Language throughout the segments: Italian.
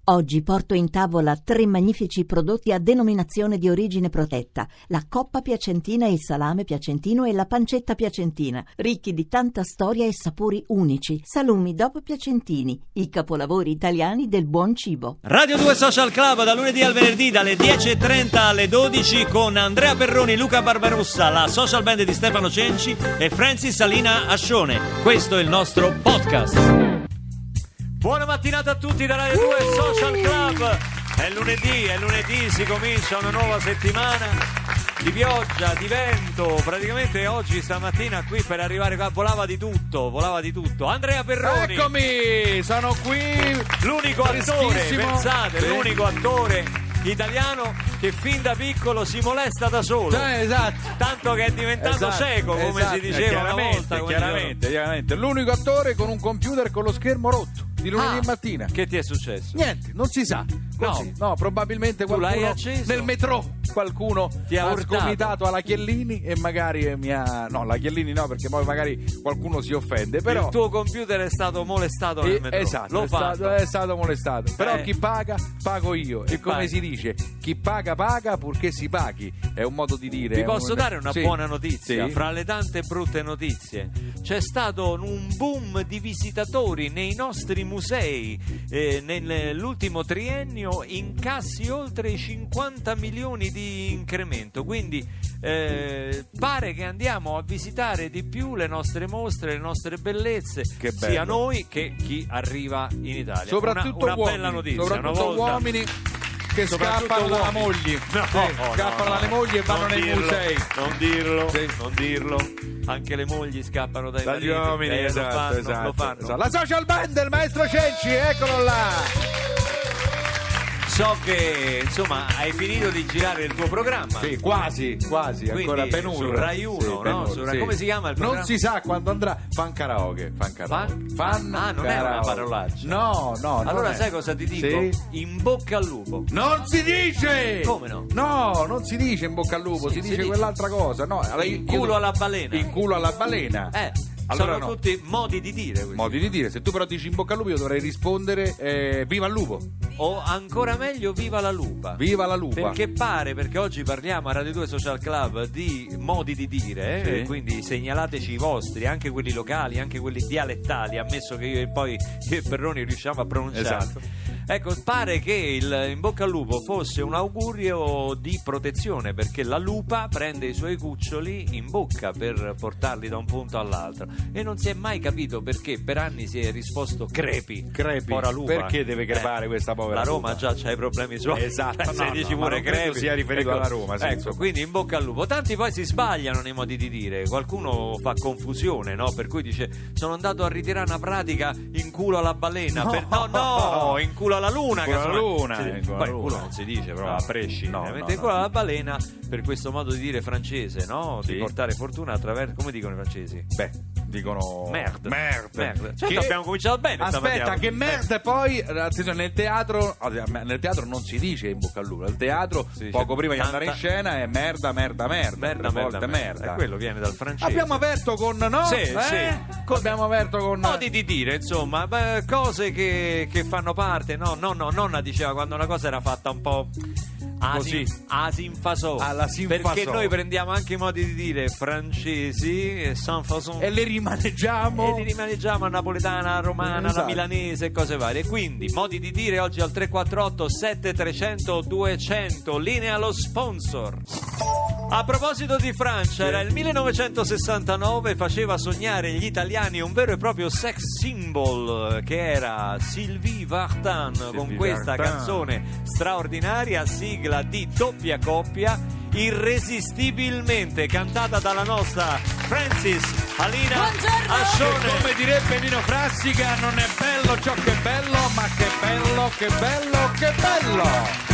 Oggi porto in tavola 3 magnifici prodotti a denominazione di origine protetta: la coppa piacentina, il salame piacentino e la pancetta piacentina, ricchi di tanta storia e sapori unici. Salumi DOP Piacentini, i capolavori italiani del buon cibo. Radio 2 Social Club da lunedì al venerdì dalle 10:30 alle 12 con Andrea Perroni, Luca Barbarossa, la social band di Stefano Cenci e Francis Alina Ascione. Questo è il nostro podcast. Buona mattinata a tutti da Radio 2 Social Club. È lunedì, si comincia una nuova settimana di pioggia, di vento. Praticamente oggi, stamattina, qui per arrivare qua volava di tutto. Andrea Perroni. Eccomi, sono qui. L'unico attore, pensate, sì, l'unico attore italiano che fin da piccolo si molesta da solo. Esatto. Tanto che è diventato cieco, come si diceva una volta. Chiaramente. L'unico attore con un computer con lo schermo rotto di lunedì mattina. Che ti è successo? Niente, non si sa. No, probabilmente qualcuno l'hai acceso? nel metro qualcuno ti ha scomitato alla Chiellini e magari mi ha... No, la Chiellini no, perché poi magari qualcuno si offende, però... Il tuo computer è stato molestato nel metro. Esatto, è stato molestato. Però chi paga, pago io. E come si dice, chi paga, purché si paghi. È un modo di dire. Vi posso dare una buona notizia? Sì. Fra le tante brutte notizie, c'è stato un boom di visitatori nei nostri musei. Nell'ultimo triennio incassi oltre i 50 milioni di incremento, quindi pare che andiamo a visitare di più le nostre mostre, le nostre bellezze, sia noi che chi arriva in Italia. Soprattutto una uomini, bella notizia, soprattutto uomini che scappano dalla moglie, scappano dalle mogli e vanno nei musei. Non dirlo. Anche le mogli scappano dagli uomini, esatto. Lo fanno. La social band del maestro Cenci, eccolo là. So che insomma hai finito di girare il tuo programma. Sì, quasi, quindi, ancora ben uno. Su Rai 1, sì, no? Sì. Come si chiama il programma? Non si sa quando andrà. Fan karaoke. Non è una parolaccia. No. Allora sai cosa ti dico? Sì? In bocca al lupo. Non si dice! Come no? No, non si dice in bocca al lupo, si dice quell'altra cosa. No, in culo alla balena. In culo alla balena. Allora sono tutti modi di dire questi. Modi di dire. Se tu però dici in bocca al lupo, io dovrei rispondere viva il lupo. O ancora meglio, viva la lupa. Viva la lupa. Perché oggi parliamo a Radio 2 Social Club di modi di dire, sì. Quindi segnalateci i vostri, anche quelli locali, anche quelli dialettali, ammesso che io e poi Perroni riusciamo a pronunciarli. Esatto. Ecco, pare che il in bocca al lupo fosse un augurio di protezione, perché la lupa prende i suoi cuccioli in bocca per portarli da un punto all'altro, e non si è mai capito perché per anni si è risposto crepi. Povera lupa. Perché deve crepare questa povera lupa? La Roma lupa già c'ha i problemi suoi. Esatto. Se dici pure crepi, sia riferito alla Roma. Ecco, quindi in bocca al lupo. Tanti poi si sbagliano nei modi di dire. Qualcuno fa confusione, no? Per cui dice: sono andato a ritirare una pratica in culo alla balena. No, in culo alla luna. Poi in culo non si dice, però a prescindere. Mentre in culo alla balena, per questo modo di dire francese, no? Di portare fortuna attraverso, come dicono i francesi? Dicono merde. Certo, abbiamo cominciato bene. Aspetta, che merde. Poi attenzione, nel teatro non si dice in bocca al lupo. Nel teatro poco prima di andare in scena è merda. E quello viene dal francese. Abbiamo aperto con abbiamo aperto con modi di dire, insomma, cose che fanno parte. Nonna diceva quando una cosa era fatta un po' asinfasò, perché noi prendiamo anche i modi di dire francesi e sans façon e le rimaneggiamo a napoletana, a romana, alla milanese e cose varie. Quindi modi di dire oggi al 348 7300 200. Linea allo sponsor. A proposito di Francia, era il 1969, faceva sognare gli italiani un vero e proprio sex symbol, che era Sylvie Vartan, con questa canzone straordinaria, sigla di doppia coppia, irresistibilmente cantata dalla nostra Francis Alina Ascione. Come direbbe Nino Frassica, non è bello ciò che è bello, ma che bello.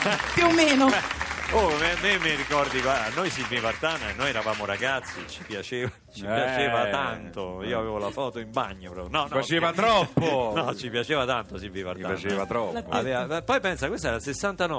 più o meno. Oh, me mi ricordi, guarda, noi Silvi Vartana, noi eravamo ragazzi, ci piaceva tanto. Io avevo la foto in bagno proprio. No, Faceva troppo. No, ci piaceva tanto Silvi Vartana. Faceva troppo. Poi pensa, questo era il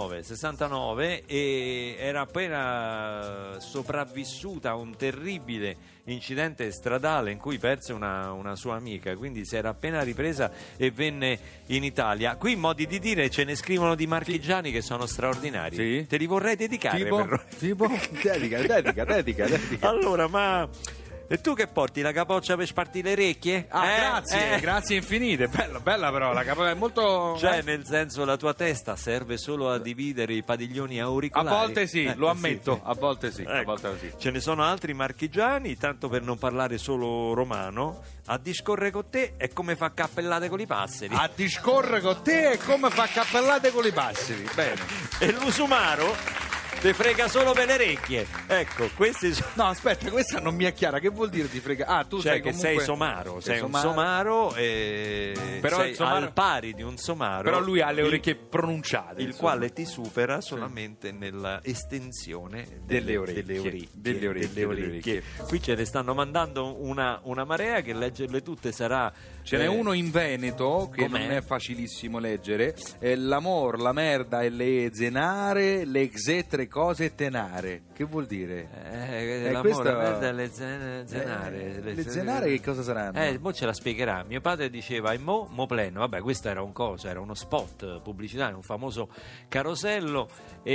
69 e era appena sopravvissuta a un terribile incidente stradale in cui perse una sua amica, quindi si era appena ripresa e venne in Italia. Qui modi di dire ce ne scrivono di marchigiani che sono straordinari. Sì. Te li vorrei dedicare. Tipo? Dedica. Allora, ma e tu che porti la capoccia per spartire le orecchie? Grazie infinite. Bella però, la capoccia è molto... Cioè, nel senso, la tua testa serve solo a dividere i padiglioni auricolari? A volte sì, lo ammetto, sì. a volte sì, a Ecco. volte sì. Ce ne sono altri marchigiani, tanto per non parlare solo romano. A discorrere con te è come fa cappellate con i passeri. A discorrere con te è come fa cappellate con i passeri. Bene. E l'usumaro te frega solo per le orecchie. Ecco, questi sono... No, aspetta, questa non mi è chiara. Che vuol dire ti frega? Ah, tu Cioè sei che comunque... sei somaro, sei un somaro. somaro e Però sei il somaro- al pari di un somaro. Però lui ha le orecchie pronunciate. il insomma. quale ti supera solamente nella estensione Delle orecchie. Delle orecchie. Qui ce ne stanno mandando una marea che leggerle tutte sarà... Ce n'è uno in Veneto che com'è? non è facilissimo leggere. È l'amor, la merda e le zenare, le xetre cose tenare. Che vuol dire? l'amore, questo- la merda e le zenare. Le zenare che cosa saranno? Mo ce la spiegherà. Mio padre diceva e mo pleno. Vabbè, questo era un coso, era uno spot pubblicitario, un famoso carosello.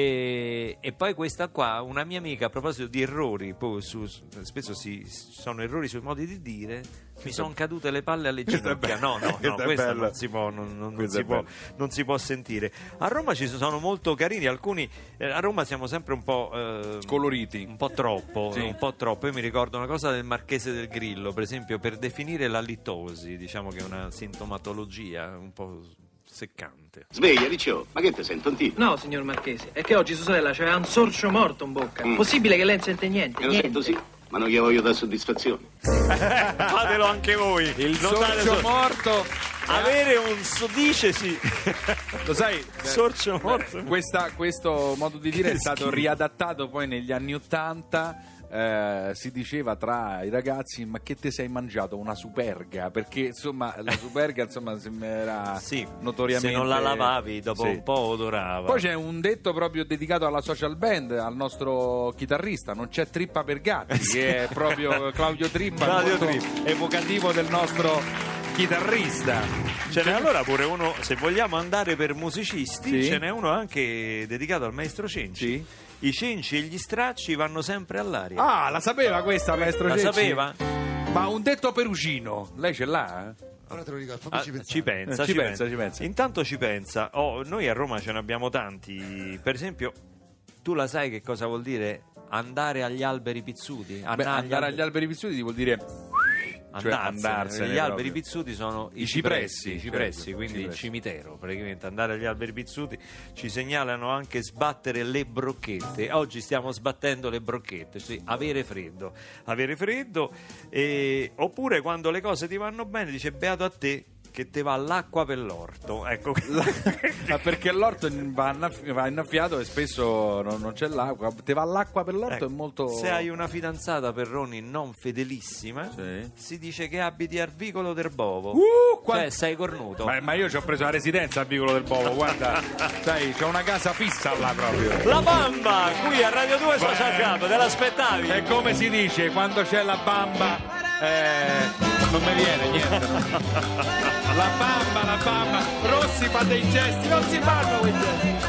E poi questa qua, una mia amica, a proposito di errori, poi spesso sono errori sui modi di dire. Mi sono cadute le palle alle ginocchia. No, Questa è questo bella. non si può, non Questa si è può, bella. non si può sentire. A Roma ci sono molto carini, alcuni a Roma siamo sempre un po' Coloriti. un po' troppo, Sì. un po' troppo. Io mi ricordo una cosa del Marchese del Grillo, per esempio, per definire la litosi, diciamo che è una sintomatologia un po' seccante. Sveglia, Riccio, ma che te sento un tipo? No, signor Marchese, è che oggi sua sorella c'aveva un sorcio morto in bocca. Possibile che lei non sente niente? Lo Niente. sento sì, ma non gli voglio dare soddisfazione. Fatelo anche voi. Il Notate sorcio morto. avere un dice sì. Lo sai, Sorcio morto. questo modo di dire è stato schifo. riadattato poi negli anni '80. Si diceva tra i ragazzi: ma che te sei mangiato una superga? Perché insomma la superga insomma era Sì, notoriamente, se non la lavavi dopo Sì. un po' odorava. Poi c'è un detto proprio dedicato alla social band, al nostro chitarrista: non c'è trippa per gatti, che è proprio Claudio Trippa, Claudio molto Trippa. evocativo del nostro chitarrista. Ce n'è allora pure uno, se vogliamo andare per musicisti, Sì. ce n'è uno anche dedicato al maestro Cenci. Sì. I cenci e gli stracci vanno sempre all'aria. Ah, la sapeva questa, maestro La Cenci? sapeva? Ma un detto perugino, lei ce l'ha? Ora te lo dico, Ah, fammici pensare. ci pensa, Ci pensa. Intanto ci pensa. Noi a Roma ce ne abbiamo tanti. Per esempio, tu la sai che cosa vuol dire andare agli alberi pizzuti? Beh, andare agli alberi pizzuti vuol dire andarsene Gli alberi proprio. pizzuti sono i cipressi, cipressi, certo, quindi il cipressi. cimitero. Praticamente andare agli alberi pizzuti. Ci segnalano anche sbattere le brocchette. Oggi stiamo sbattendo le brocchette, cioè avere freddo. Oppure quando le cose ti vanno bene, dice beato a te che te va l'acqua per l'orto. Ecco. Ma perché l'orto va innaffiato e spesso non c'è l'acqua. Te va l'acqua per l'orto, Ecco, è molto... Se hai una fidanzata Perroni non fedelissima, Sì. si dice che abiti al vicolo del Bovo. qua- Cioè sei cornuto. Ma io ci ho preso la residenza a Vicolo del Bovo, guarda, sai, c'ho una casa fissa là proprio. La Bamba, qui a Radio 2 Social Club, te l'aspettavi? E come si dice, quando c'è la bamba, non mi viene niente. La bamba, Rossi fa dei gesti, non si fanno quei gesti.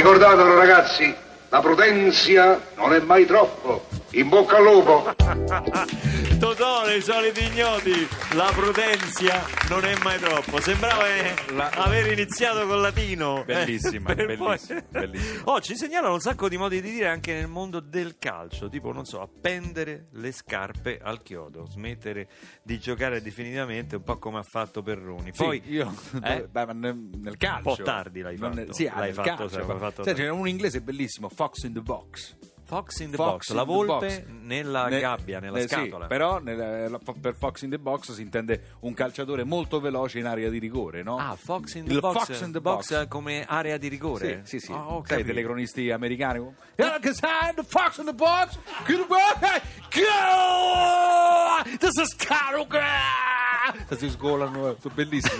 Ricordatelo ragazzi, la prudenza non è mai troppo. In bocca al lupo. Totò, i soliti ignoti, la prudenza non è mai troppo. Sembrava aver iniziato con latino. Bellissima, bellissima. bellissima. Ci segnalano un sacco di modi di dire anche nel mondo del calcio, tipo, non so, appendere le scarpe al chiodo, smettere di giocare definitivamente, un po' come ha fatto Perroni. Poi sì, io nel calcio. Un po' tardi l'hai fatto. Sì, l'hai fatto, calcio. C'è un inglese bellissimo, Fox in the Box. Fox in the box, la volpe nella gabbia, nella scatola. Sì, però per Fox in the box si intende un calciatore molto veloce in area di rigore, no? Ah, Fox in the box. Fox in the box come area di rigore? Sì, sì. Sai, i telecronisti americani. Fox in the box. This is Karuga. Si sgolano, sono bellissimi.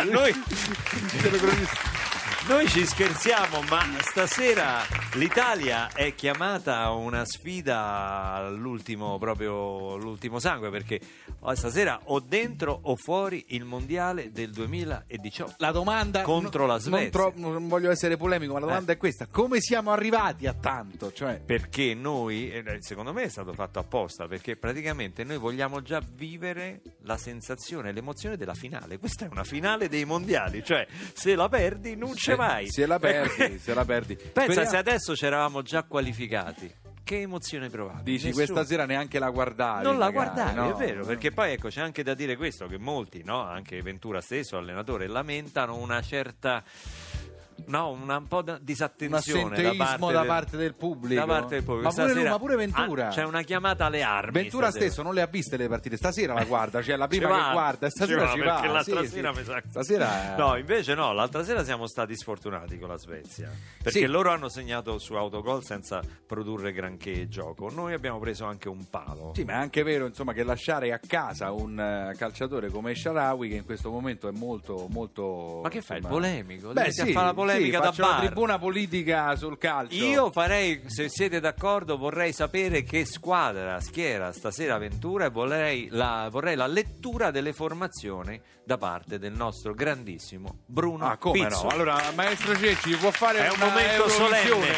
Noi ci scherziamo, ma stasera l'Italia è chiamata a una sfida all'ultimo sangue, perché stasera o dentro o fuori il mondiale del 2018. La domanda contro la Svezia. Non voglio essere polemico, ma la domanda è questa: come siamo arrivati a tanto? Cioè, perché noi, secondo me è stato fatto apposta, perché praticamente noi vogliamo già vivere la sensazione, l'emozione della finale. Questa è una finale dei mondiali, cioè se la perdi non c'è mai. Se la perdi. Pensa se adesso c'eravamo già qualificati. Che emozione provavi? Dici, Nessuno. Questa sera neanche la guardavi. Non magari, la guardavi, no? è vero, perché poi ecco c'è anche da dire questo, che molti, no, anche Ventura stesso, allenatore, lamentano una certa... un po' di disattenzione da parte del pubblico. Ma pure Ventura. C'è una chiamata alle armi. Ventura stesso non le ha viste le partite. Stasera la guarda, cioè la prima che guarda. Stasera ci va. Perché l'altra sera mi sa. Stasera... No, invece no, l'altra sera siamo stati sfortunati con la Svezia. Perché loro hanno segnato su autogol senza produrre granché gioco. Noi abbiamo preso anche un palo. Sì, ma è anche vero, insomma, che lasciare a casa un calciatore come Shaarawy, che in questo momento è molto, molto... Ma che fai, il polemico? Beh, sì, fa la polemica da faccio bar. la tribuna politica sul calcio. Io farei, se siete d'accordo, vorrei sapere che squadra schiera stasera Ventura, e vorrei la lettura delle formazioni da parte del nostro grandissimo Bruno come Pizzo. no? Allora, maestro Cecci, può fare un momento solenne.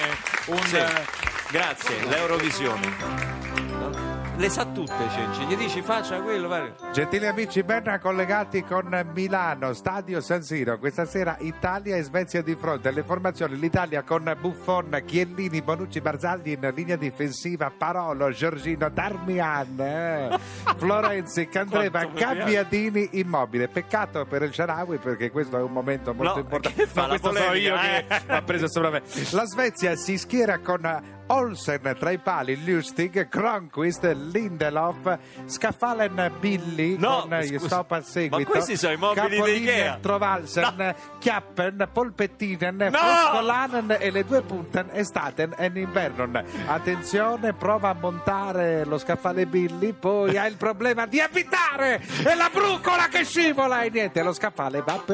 Grazie, l'Eurovisione. Le sa tutte, Cenci, gli dici faccia quello. Gentili amici, ben collegati con Milano, stadio San Siro. Questa sera Italia e Svezia di fronte. Le formazioni: l'Italia con Buffon, Chiellini, Bonucci, Barzagli in linea difensiva, Parolo, Giorgino, Darmian, Florenzi, Candreva, Gabbiadini, Immobile. Peccato per il Shaarawy, perché questo è un momento molto importante. Questo so io che ha preso sopra me. La Svezia si schiera con Olsen tra i pali, Lustig, Cronquist, Lindelof, Scaffalen, Billy, io sto al seguito. Ma questi sono i mobili di Ikea. Trovalsen, Chiappen, Polpettinen, Foscolanen e le due punten Estaten e Invernon. Attenzione, prova a montare lo scaffale Billy, poi ha il problema di evitare e la brucola che scivola e niente, lo scaffale va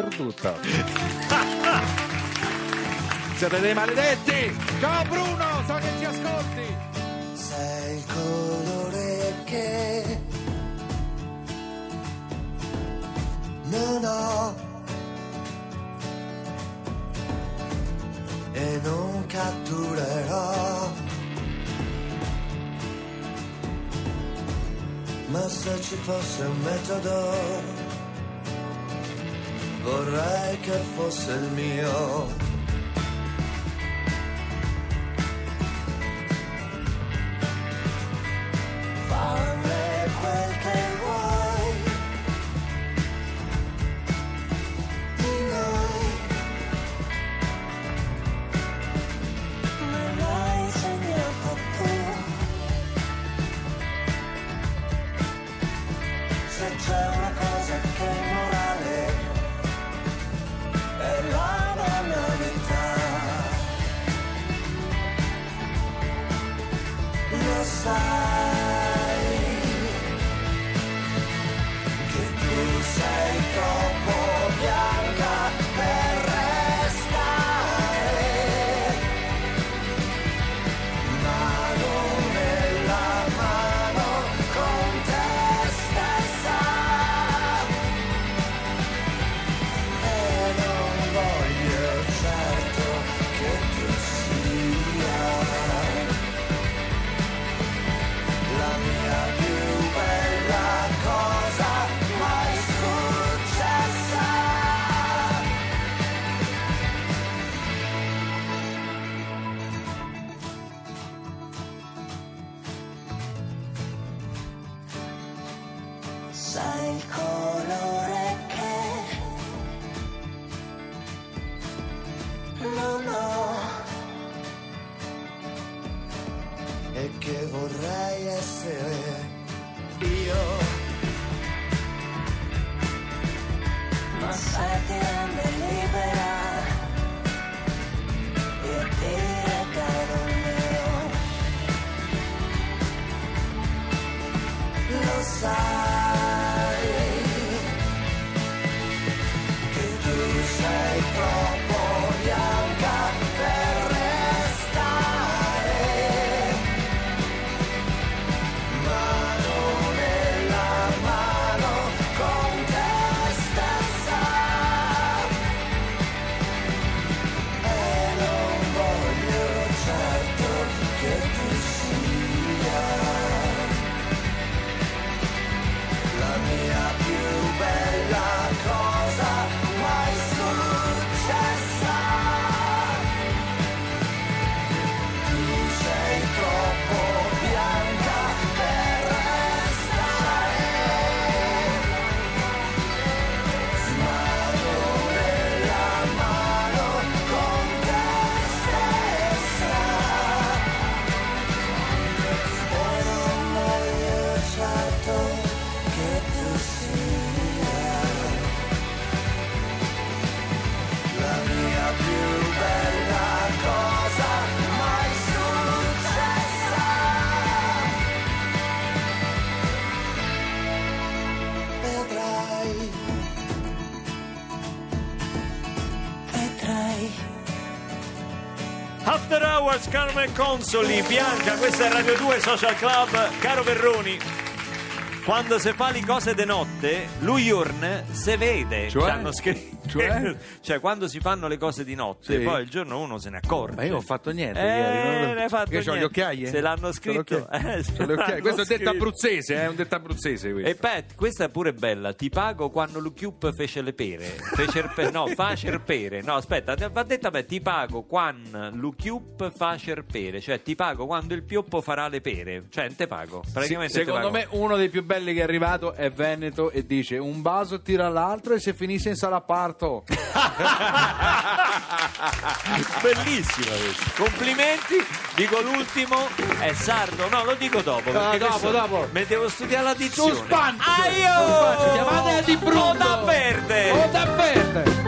perduto. Siete dei maledetti! Ciao Bruno, so che ci ascolti! Sei il colore che non ho e non catturerò, ma se ci fosse un metodo vorrei che fosse il mio. C'è una cosa che è morale, è la banalità. no, no, e che vorrei essere io. Ma sai ti rende libera e ti regalo il mio. Lo sai che tu sei troppo bianca per restare. Mano nella mano con te stessa, e non voglio certo che tu sia la mia più bella cosa mai successa. Tu sei troppo bianca per restare. Mano nella mano con te stessa, e non voglio certo che tu sia la mia più bella cosa mai successa. Vedrai, vedrai. After Hours, Carmen Consoli, Bianca, questa è Radio 2 Social Club. Caro Perroni, quando si fa le cose de notte, lui urne se vede. Cioè? Ci hanno scritto. Cioè, quando si fanno le cose di notte, Sì. poi il giorno uno se ne accorge. Ma io non ho fatto niente ieri. Non hai fatto Che c'ho niente. gli occhiali? Se l'hanno scritto. C'ho le occhiali. Questo è detto abruzzese, è un detto abruzzese questo. E Pet, questa è pure bella. Ti pago quando Luchiup fece le pere. No, facer pere. No, aspetta, va detta beh, ti pago quando Luchiup facer pere. Cioè, ti pago quando il pioppo farà le pere. Cioè, non te pago. Praticamente Sì, secondo me uno dei più belli che è arrivato è Veneto e dice: un vaso tira l'altro e si finisce in salaparto. Bellissima questa. Complimenti. Dico l'ultimo. È sardo. No, lo dico dopo. Perché dopo. mi devo studiare la dizione. Suspancio. Aio! Chiamate di Bruno. O da verde. O da verde.